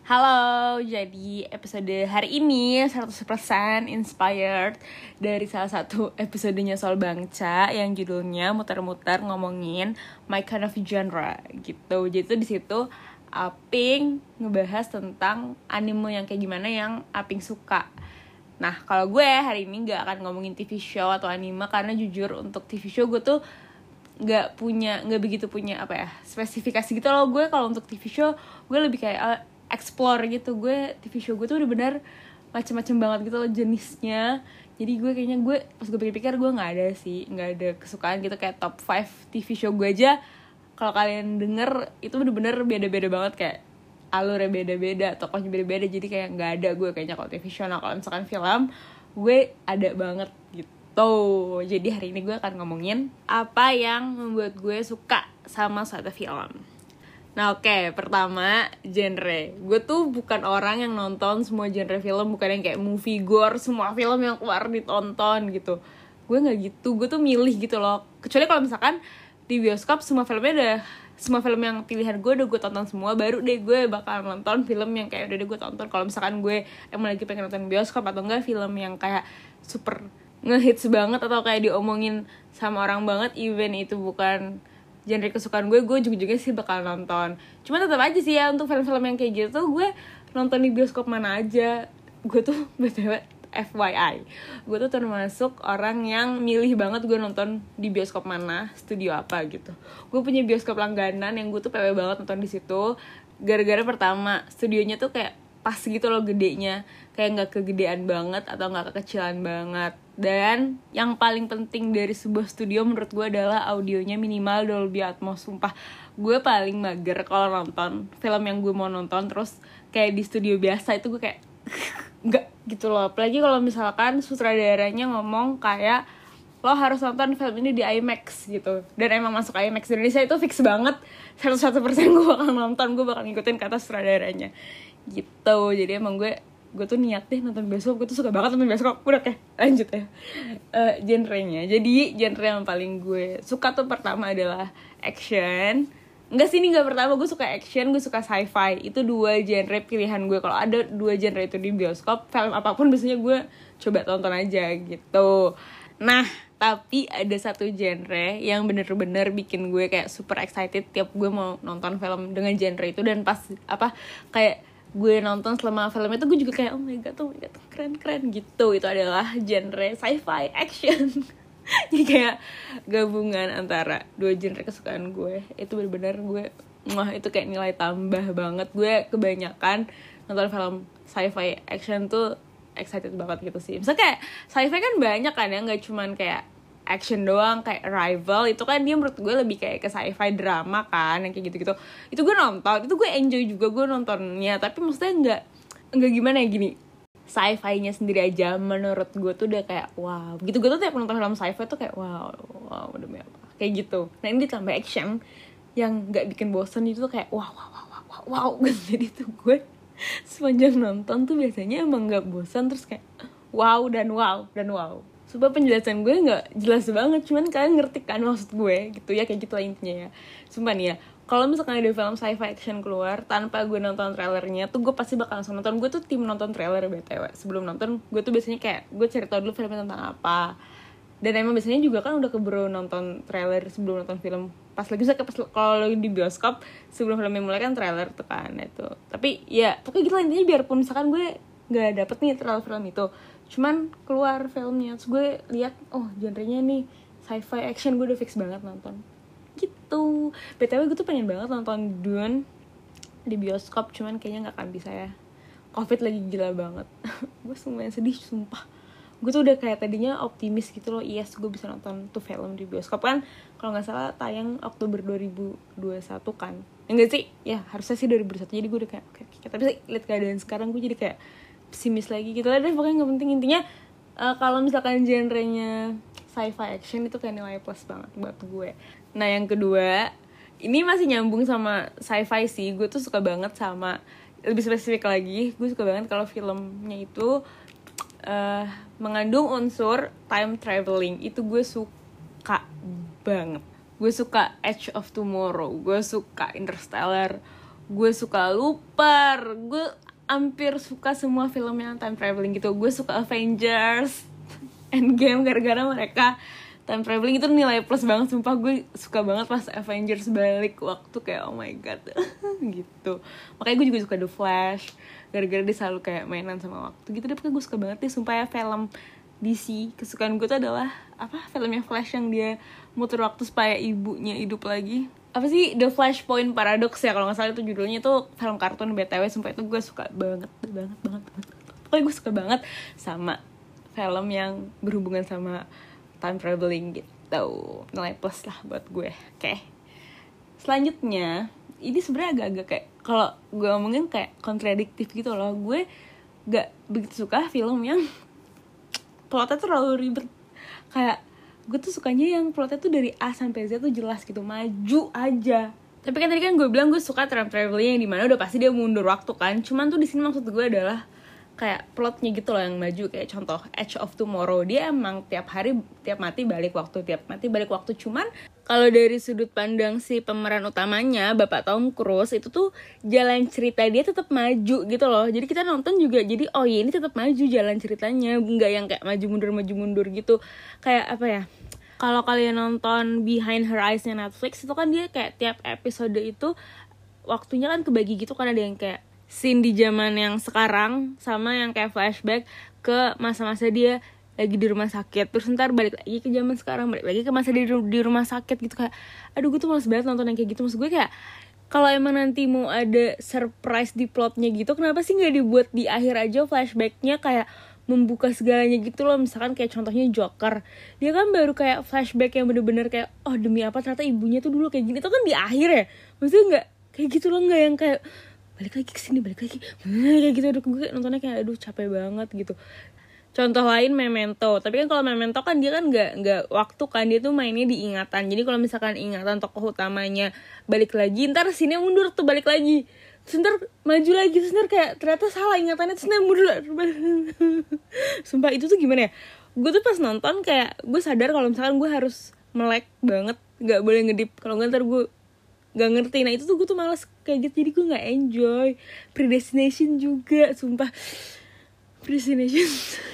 Halo, jadi episode hari ini 100% inspired dari salah satu episodenya Soal Bangca yang judulnya muter-muter ngomongin my kind of genre gitu. Jadi tuh di situ Aping ngebahas tentang anime yang kayak gimana yang Aping suka. Nah, kalau gue hari ini gak akan ngomongin TV show atau anime karena jujur untuk TV show gue tuh gak begitu punya spesifikasi gitu loh. Gue kalau untuk TV show gue lebih kayak explore gitu. Gue TV show gue tuh udah bener macem-macem banget gitu loh jenisnya. Jadi gue kayaknya pas gue pikir-pikir gue nggak ada kesukaan gitu. Kayak top 5 TV show gue aja kalau kalian denger itu bener-bener beda-beda banget, kayak alurnya beda-beda, tokohnya beda-beda. Jadi kayak nggak ada gue kayaknya kalau TV show. Nah kalau misalkan film gue ada banget gitu. Jadi hari ini gue akan ngomongin apa yang membuat gue suka sama suatu film. Nah oke, pertama genre. Gue tuh bukan orang yang nonton semua genre film, bukan yang kayak movie gore, semua film yang keluar ditonton gitu. Gue gak gitu, gue tuh milih gitu loh. Kecuali kalau misalkan di bioskop semua film yang pilihan gue udah gue tonton semua, baru deh gue bakal nonton film yang kayak udah gue tonton. Kalau misalkan gue emang lagi pengen nonton bioskop, atau enggak film yang kayak super ngehits banget atau kayak diomongin sama orang banget, even itu bukan genre kesukaan gue juga sih bakal nonton. Cuma tetap aja sih ya, untuk film-film yang kayak gitu gue nonton di bioskop mana aja. Gue tuh BTW FYI, gue tuh termasuk orang yang milih banget gue nonton di bioskop mana, studio apa gitu. Gue punya bioskop langganan yang gue tuh PW banget nonton di situ. Gara-gara pertama studionya tuh kayak pas gitu loh gedenya, kayak nggak kegedean banget atau nggak kekecilan banget. Dan yang paling penting dari sebuah studio menurut gue adalah audionya minimal Dolby Atmos. Sumpah gue paling mager kalau nonton film yang gue mau nonton terus kayak di studio biasa, itu gue kayak nggak gitu loh. Apalagi kalau misalkan sutradaranya ngomong kayak lo harus nonton film ini di IMAX gitu, dan emang masuk IMAX di Indonesia, itu fix banget 100% gue bakal nonton, gue bakal ngikutin kata sutradaranya gitu. Jadi emang gue tuh niat deh nonton bioskop. Gue tuh suka banget nonton bioskop. Udah kayak lanjut ya. Genrenya, jadi genre yang paling gue suka tuh pertama adalah action. Enggak sih, ini gak pertama. Gue suka action, gue suka sci-fi. Itu dua genre pilihan gue. Kalau ada dua genre itu di bioskop, film apapun biasanya gue coba tonton aja gitu. Nah, tapi ada satu genre yang bener-bener bikin gue kayak super excited tiap gue mau nonton film dengan genre itu. Dan pas kayak gue nonton selama film itu, gue juga kayak oh my god keren gitu. Itu adalah genre sci-fi action. Jadi kayak gabungan antara dua genre kesukaan gue. Itu bener-bener gue itu kayak nilai tambah banget. Gue kebanyakan nonton film sci-fi action tuh excited banget gitu sih. Misalnya kayak sci-fi kan banyak kan ya, gak cuman kayak action doang. Kayak Arrival itu kan dia menurut gue lebih kayak ke sci-fi drama kan, yang kayak gitu-gitu. Itu gue nonton, itu gue enjoy juga gue nontonnya. Tapi maksudnya enggak gimana ya, gini, sci-fi-nya sendiri aja menurut gue tuh udah kayak wow gitu. Gue tuh tiap nonton film sci-fi tuh kayak wow demi apa kayak gitu. Nah ini ditambah action yang gak bikin bosan, itu tuh kayak wow gitu. Jadi tuh gue sepanjang nonton tuh biasanya emang gak bosan, terus kayak wow. Sebab penjelasan gue gak jelas banget, cuman kalian ngerti kan maksud gue gitu ya, kayak gitu lah intinya ya. Sumpah nih ya, kalau misalkan ada film sci-fi action keluar tanpa gue nonton trailernya tuh gue pasti bakal langsung nonton. Gue tuh tim nonton trailer BTW. Sebelum nonton gue tuh biasanya kayak gue cari tau dulu filmnya tentang apa. Dan emang biasanya juga kan udah keburu nonton trailer sebelum nonton film. Pas kalau di bioskop sebelum filmnya mulai kan trailer tuh kan itu. Tapi ya pokoknya gitu lah intinya, biarpun misalkan gue gak dapet nih trailer film itu, cuman keluar filmnya terus gue lihat oh genrenya nih sci-fi action, gue udah fix banget nonton gitu. BTW gue tuh pengen banget nonton Dune di bioskop, cuman kayaknya gak akan bisa ya, Covid lagi gila banget. Gue lumayan sedih sumpah. Gue tuh udah kayak tadinya optimis gitu loh, yes gue bisa nonton tuh film di bioskop. Kan kalau gak salah tayang Oktober 2021 kan, enggak sih ya, harusnya sih 2021. Jadi gue udah kayak oke. Tapi lihat keadaan sekarang gue jadi kayak pesimis lagi gitu lah deh. Pokoknya gak penting, intinya kalau misalkan genrenya sci-fi action itu kayak nilai plus banget buat gue. Nah yang kedua, ini masih nyambung sama sci-fi sih. Gue tuh suka banget sama, lebih spesifik lagi, gue suka banget kalau filmnya itu mengandung unsur time traveling. Itu gue suka banget. Gue suka Edge of Tomorrow, gue suka Interstellar, gue suka Looper, gue hampir suka semua film yang time traveling gitu. Gue suka Avengers, Endgame gara-gara mereka time traveling. Itu nilai plus banget, sumpah. Gue suka banget pas Avengers balik waktu, kayak oh my god gitu. Makanya gue juga suka The Flash gara-gara dia selalu kayak mainan sama waktu gitu deh. Pokoknya gue suka banget deh sumpah ya film DC. Kesukaan gue tuh adalah filmnya Flash yang dia muter waktu supaya ibunya hidup lagi. Apa sih, The Flashpoint Paradox ya kalau nggak salah itu judulnya. Itu film kartun BTW, sumpah itu gue suka banget. Pokoknya gue suka banget sama film yang berhubungan sama time traveling gitu. Nilai plus lah buat gue. Oke. Selanjutnya, ini sebenarnya agak-agak kayak, kalau gue ngomongin kayak kontradiktif gitu loh. Gue gak begitu suka film yang plotnya tuh terlalu ribet. Kayak gue tuh sukanya yang plotnya tuh dari A sampai Z tuh jelas gitu, maju aja. Tapi kan tadi kan gue bilang gue suka time traveling yang dimana udah pasti dia mundur waktu kan. Cuman tuh di sini maksud gue adalah kayak plotnya gitu loh yang maju. Kayak contoh Edge of Tomorrow, dia emang tiap hari, tiap mati balik waktu. Cuman kalau dari sudut pandang si pemeran utamanya, Bapak Tom Cruise, itu tuh jalan cerita dia tetap maju gitu loh. Jadi kita nonton juga jadi oh iya ini tetap maju jalan ceritanya, nggak yang kayak maju mundur gitu. Kayak apa ya, kalau kalian nonton Behind Her Eyes-nya Netflix, itu kan dia kayak tiap episode itu waktunya kan kebagi gitu kan, ada yang kayak scene di zaman yang sekarang sama yang kayak flashback ke masa-masa dia lagi di rumah sakit, terus ntar balik lagi ke zaman sekarang, balik lagi ke masa di rumah sakit gitu. Kayak aduh gue tuh males banget nonton yang kayak gitu. Maksud gue kayak kalau emang nanti mau ada surprise di plotnya gitu, kenapa sih nggak dibuat di akhir aja flashbacknya, kayak membuka segalanya gitu loh. Misalkan kayak contohnya Joker, dia kan baru kayak flashback yang bener-bener kayak oh demi apa ternyata ibunya tuh dulu kayak gini. Itu kan di akhir ya, maksudnya nggak kayak gitu loh, nggak yang kayak balik lagi kesini kayak gitu. Aduh gue nontonnya kayak aduh capek banget gitu. Contoh lain Memento, tapi kan kalau Memento kan dia kan nggak waktu kan, dia tuh mainnya di ingatan. Jadi kalau misalkan ingatan tokoh utamanya balik lagi, ntar sini mundur tuh balik lagi, terus ntar maju lagi, terus ntar kayak ternyata salah ingatannya, terus ntar mundur. Sumpah itu tuh gimana ya, gue tuh pas nonton kayak gue sadar kalau misalkan gue harus melek banget, nggak boleh ngedip, kalau nggak ntar gue nggak ngerti. Nah itu tuh gue tuh malas kayak gitu, jadi gue nggak enjoy. Predestination juga, sumpah Predestination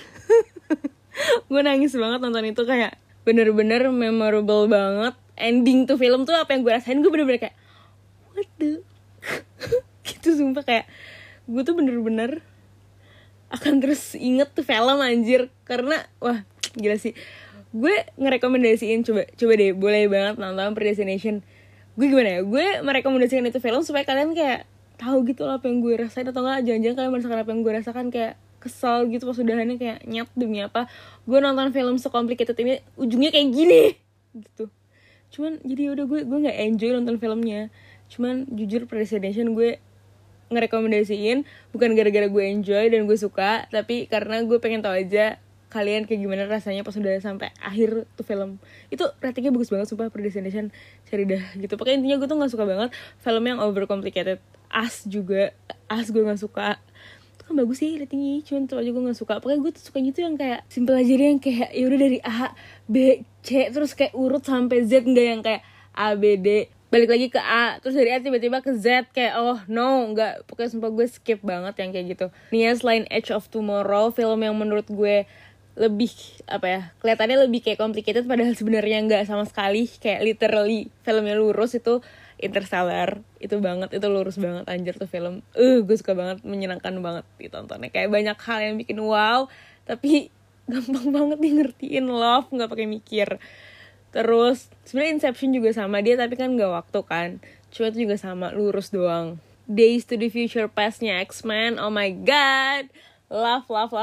gue nangis banget nonton itu, kayak bener-bener memorable banget. Ending tuh film tuh apa yang gue rasain, gue bener-bener kayak what the gitu, sumpah kayak gue tuh bener-bener akan terus inget tuh film anjir. Karena wah gila sih, gue ngerekomendasiin coba deh, boleh banget nonton Predestination. Gue gimana ya, gue merekomendasikan itu film supaya kalian kayak tahu gitu loh apa yang gue rasain, atau enggak jangan-jangan kalian merasakan apa yang gue rasakan, kayak kesal gitu pas udahannya, kayak nyet demi apa gue nonton film secomplicated ini ujungnya kayak gini gitu. Cuman jadi udah gue nggak enjoy nonton filmnya. Cuman jujur Predestination gue ngerekomendasiin bukan gara-gara gue enjoy dan gue suka, tapi karena gue pengen tahu aja kalian kayak gimana rasanya pas udah sampai akhir tuh film. Itu ratingnya bagus banget sumpah Predestination, cari dah gitu. Pokoknya intinya gue tuh nggak suka banget film yang overcomplicated. As gue nggak suka. Kan bagus sih ratingnya, cuman tuh aja gue nggak suka. Pokoknya gue tuh suka gitu yang kayak simple aja deh, yang kayak ya udah dari A B C terus kayak urut sampai Z, nggak yang kayak A B D balik lagi ke A terus dari A tiba-tiba ke Z, kayak oh no, nggak. Pokoknya sumpah gue skip banget yang kayak gitu. Nih ya, selain Edge of Tomorrow, film yang menurut gue lebih apa ya, kelihatannya lebih kayak complicated padahal sebenarnya nggak sama sekali, kayak literally filmnya lurus, itu Interstellar. Itu banget, itu lurus banget anjir tuh film. Gue suka banget, menyenangkan banget ditontonnya. Kayak banyak hal yang bikin wow, tapi gampang banget nih ngertiin love, nggak pakai mikir. Terus sebenarnya Inception juga sama dia, tapi kan nggak waktu kan. Cuma itu juga sama, lurus doang. Days to the Future Past-nya X-Men, oh my god, love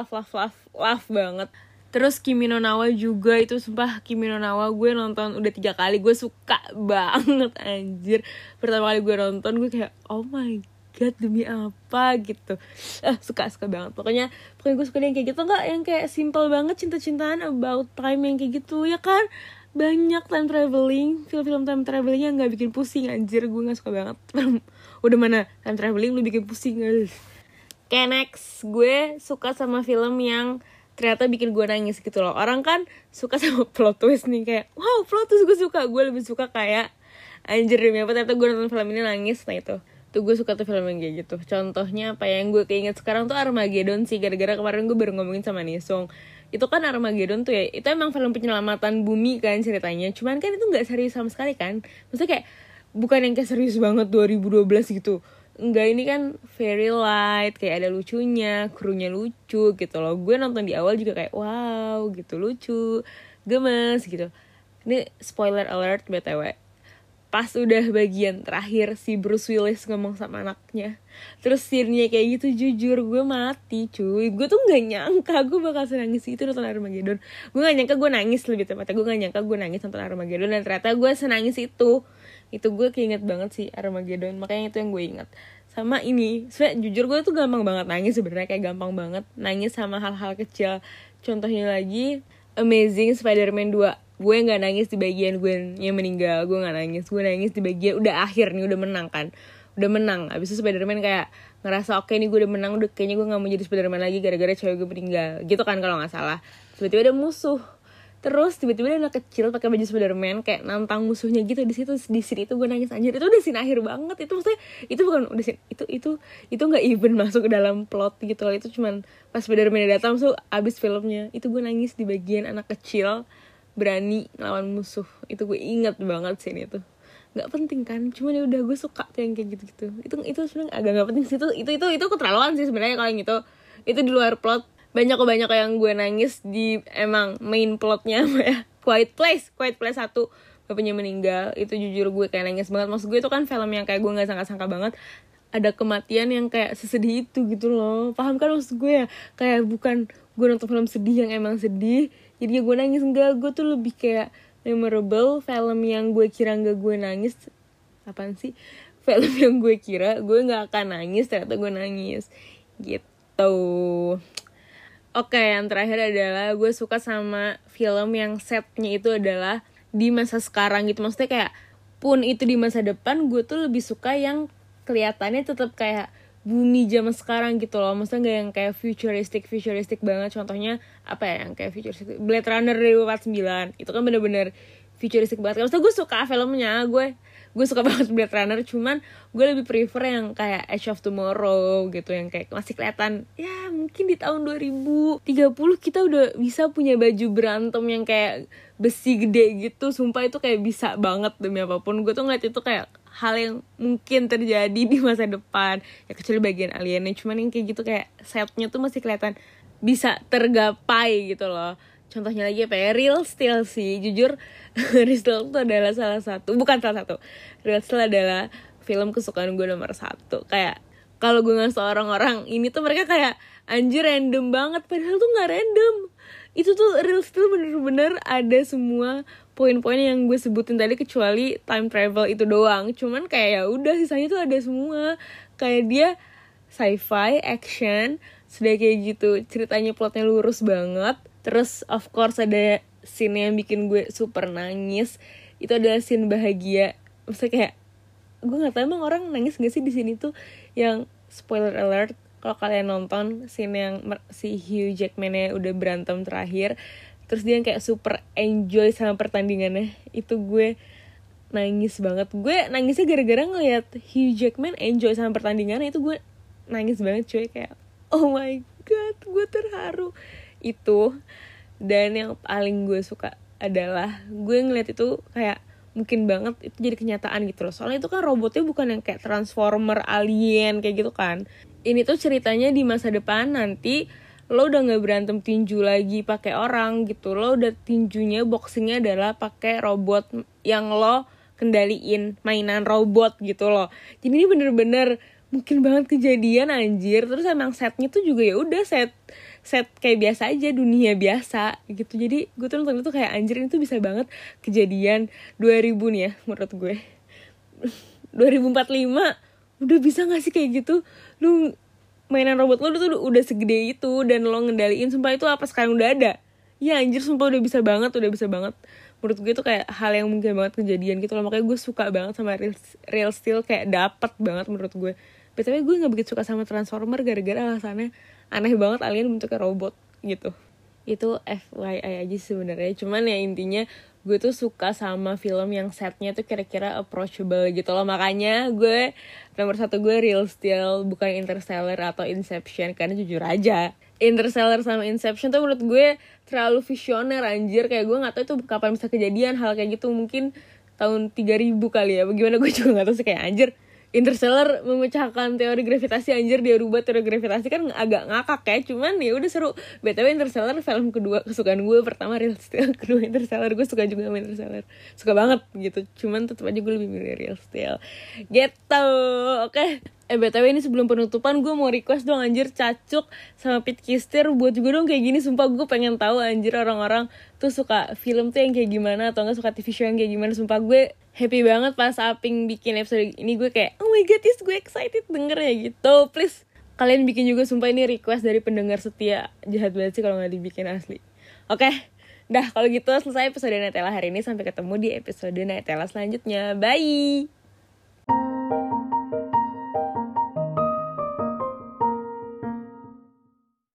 banget. Terus Kimi no Na wa juga, itu sumpah Kimi no Na wa gue nonton udah 3 kali. Gue suka banget anjir. Pertama kali gue nonton gue kayak oh my god demi apa gitu. Suka banget. Pokoknya gue suka yang kayak gitu, enggak yang kayak simple banget, cinta-cintaan about time yang kayak gitu ya kan. Banyak time traveling, film-film time traveling yang gak bikin pusing anjir. Gue gak suka banget. Udah mana time traveling lu bikin pusing. Kayak next, gue suka sama film yang ternyata bikin gue nangis gitu loh. Orang kan suka sama plot twist nih, kayak wow plot twist gue suka. Gue lebih suka kayak anjir demi apa ternyata gue nonton film ini nangis. Nah itu Tuh gue suka tuh film yang kayak gitu. Contohnya apa yang gue keinget sekarang tuh Armageddon sih. Gara-gara kemarin gue baru ngomongin sama Nisung. Itu kan Armageddon tuh ya, itu emang film penyelamatan bumi kan ceritanya. Cuman kan itu gak serius sama sekali kan. Maksudnya kayak bukan yang kayak serius banget 2012 gitu. Enggak, ini kan very light, kayak ada lucunya, krunya lucu gitu loh. Gue nonton di awal juga kayak wow gitu, lucu, gemes gitu. Ini spoiler alert BTW. Pas udah bagian terakhir si Bruce Willis ngomong sama anaknya, terus scene-nya kayak gitu, jujur gue mati cuy. Gue tuh gak nyangka gue bakal senangis itu nonton Armageddon. Gue gak nyangka gue nangis, lebih tepatnya gue gak nyangka gue nangis nonton Armageddon. Dan ternyata gue senangis itu gue keinget banget sih Armageddon. Makanya itu yang gue ingat. Sama ini, sebenernya jujur gue tuh gampang banget nangis sebenarnya, kayak gampang banget nangis sama hal-hal kecil. Contohnya lagi Amazing Spider-Man 2. Gue gak nangis di bagian Gwen-nya meninggal. Gue gak nangis. Gue nangis di bagian udah akhir nih, udah menang kan. Udah menang. Abis itu Spider-Man kayak ngerasa oke nih gue udah menang. Udah kayaknya gue gak mau jadi Spider-Man lagi gara-gara cewek gue meninggal. Gitu kan kalau gak salah. Tiba-tiba ada musuh. Terus tiba-tiba ada anak kecil pakai baju Spider-Man kayak nantang musuhnya gitu. Di situ, di scene itu gue nangis anjir. Itu udah scene akhir banget. Itu maksudnya itu bukan udah scene, itu nggak even masuk ke dalam plot gitu. Itu cuman pas Spider-Man datang tuh abis filmnya. Itu gue nangis di bagian anak kecil berani lawan musuh. Itu gue ingat banget scene itu. Nggak penting kan, cuman ya udah gue suka tuh yang kayak gitu-gitu. Itu sebenarnya agak nggak penting sih. Itu keterlaluan sih sebenarnya kalau yang itu di luar plot. Banyak yang gue nangis di emang main plotnya ya. Quiet Place 1 bapaknya meninggal. Itu jujur gue kayak nangis banget. Maksud gue itu kan film yang kayak gue nggak sangka-sangka banget ada kematian yang kayak sesedih itu gitu loh. Paham kan maksud gue ya? Kayak bukan gue nonton film sedih yang emang sedih jadi gue nangis, enggak. Gue tuh lebih kayak memorable film yang gue kira nggak gue nangis. Apaan sih? Film yang gue kira gue nggak akan nangis, ternyata gue nangis gitu. Oke, yang terakhir adalah gue suka sama film yang setnya itu adalah di masa sekarang gitu. Maksudnya kayak pun itu di masa depan, gue tuh lebih suka yang kelihatannya tetap kayak bumi zaman sekarang gitu loh. Maksudnya gak yang kayak futuristik banget. Contohnya apa ya yang kayak futuristik, Blade Runner 2049. Itu kan bener-bener futuristik banget. Maksudnya gue suka filmnya, gue suka banget Blade Runner. Cuman gue lebih prefer yang kayak Edge of Tomorrow gitu, yang kayak masih kelihatan ya mungkin di tahun 2030 kita udah bisa punya baju berantem yang kayak besi gede gitu. Sumpah itu kayak bisa banget demi apapun. Gue tuh ngeliat itu kayak hal yang mungkin terjadi di masa depan ya, kecuali bagian aliennya. Cuman yang kayak gitu kayak setnya tuh masih kelihatan bisa tergapai gitu loh. Contohnya lagi apa ya, Real Steel sih. Jujur Real Steel itu adalah Real Steel adalah film kesukaan gue nomor 1. Kayak kalau gue ngasih orang-orang ini tuh mereka kayak anjir random banget, padahal tuh gak random. Itu tuh Real Steel bener-bener ada semua poin-poin yang gue sebutin tadi, kecuali time travel itu doang. Cuman kayak ya udah sisanya tuh ada semua. Kayak dia sci-fi, action, sudah kayak gitu. Ceritanya plotnya lurus banget. Terus of course ada scene yang bikin gue super nangis. Itu adalah scene bahagia. Maksudnya kayak gue nggak tahu emang orang nangis gak sih di sini tuh. Yang spoiler alert, kalau kalian nonton scene yang si Hugh Jackman-nya udah berantem terakhir, terus dia kayak super enjoy sama pertandingannya, itu gue nangis banget. Gue nangisnya gara-gara ngeliat Hugh Jackman enjoy sama pertandingannya. Itu gue nangis banget cuy, kayak oh my god, gue terharu itu. Dan yang paling gue suka adalah gue ngeliat itu kayak mungkin banget itu jadi kenyataan gitu loh. Soalnya itu kan robotnya bukan yang kayak Transformer, alien kayak gitu kan. Ini tuh ceritanya di masa depan nanti lo udah nggak berantem tinju lagi pakai orang gitu. Lo udah tinjunya, boxingnya adalah pakai robot yang lo kendaliin, mainan robot gitu loh. Jadi ini bener-bener mungkin banget kejadian anjir. Terus emang setnya tuh juga ya udah set kayak biasa aja, dunia biasa gitu. Jadi gue tuh nonton itu kayak anjir ini tuh bisa banget kejadian 2000 nih ya menurut gue. 2045 udah bisa gak sih kayak gitu? Lu mainan robot lo tuh udah segede itu dan lo ngendaliin, sumpah itu apa sekarang udah ada? Ya anjir sumpah udah bisa banget. Menurut gue itu kayak hal yang mungkin banget kejadian gitu loh. Makanya gue suka banget sama Real Steel, kayak dapet banget menurut gue. Tapi gue gak begitu suka sama Transformer gara-gara alasannya aneh banget, alien bentuknya robot gitu. Itu FYI aja sebenarnya. Cuman ya intinya gue tuh suka sama film yang setnya tuh kira-kira approachable gitu loh. Makanya gue nomor 1 gue Real Steel, bukan Interstellar atau Inception. Karena jujur aja Interstellar sama Inception tuh menurut gue terlalu visioner anjir. Kayak gue gak tahu itu kapan bisa kejadian hal kayak gitu. Mungkin tahun 3000 kali ya. Bagaimana gue juga gak tahu sih, kayak anjir Interstellar memecahkan teori gravitasi, anjir dia rubah teori gravitasi, kan agak ngakak ya, cuman ya udah seru. BTW Interstellar film kedua kesukaan gue, pertama Real Steel, kedua Interstellar. Gue suka juga sama Interstellar, suka banget gitu, cuman tetap aja gue lebih milih Real Steel gitu. Oke. BTW ini sebelum penutupan gue mau request dong anjir, Cacuk sama Pit Kister buat juga dong kayak gini. Sumpah gue pengen tahu anjir orang-orang tuh suka film tuh yang kayak gimana, atau enggak suka TV show yang kayak gimana. Sumpah gue happy banget pas Aping bikin episode ini. Gue kayak oh my god, gue excited denger ya gitu. Please kalian bikin juga, sumpah ini request dari pendengar setia. Jahat banget sih kalau gak dibikin asli. Oke, dah kalau gitu selesai episode Nutella hari ini. Sampai ketemu di episode Nutella selanjutnya. Bye.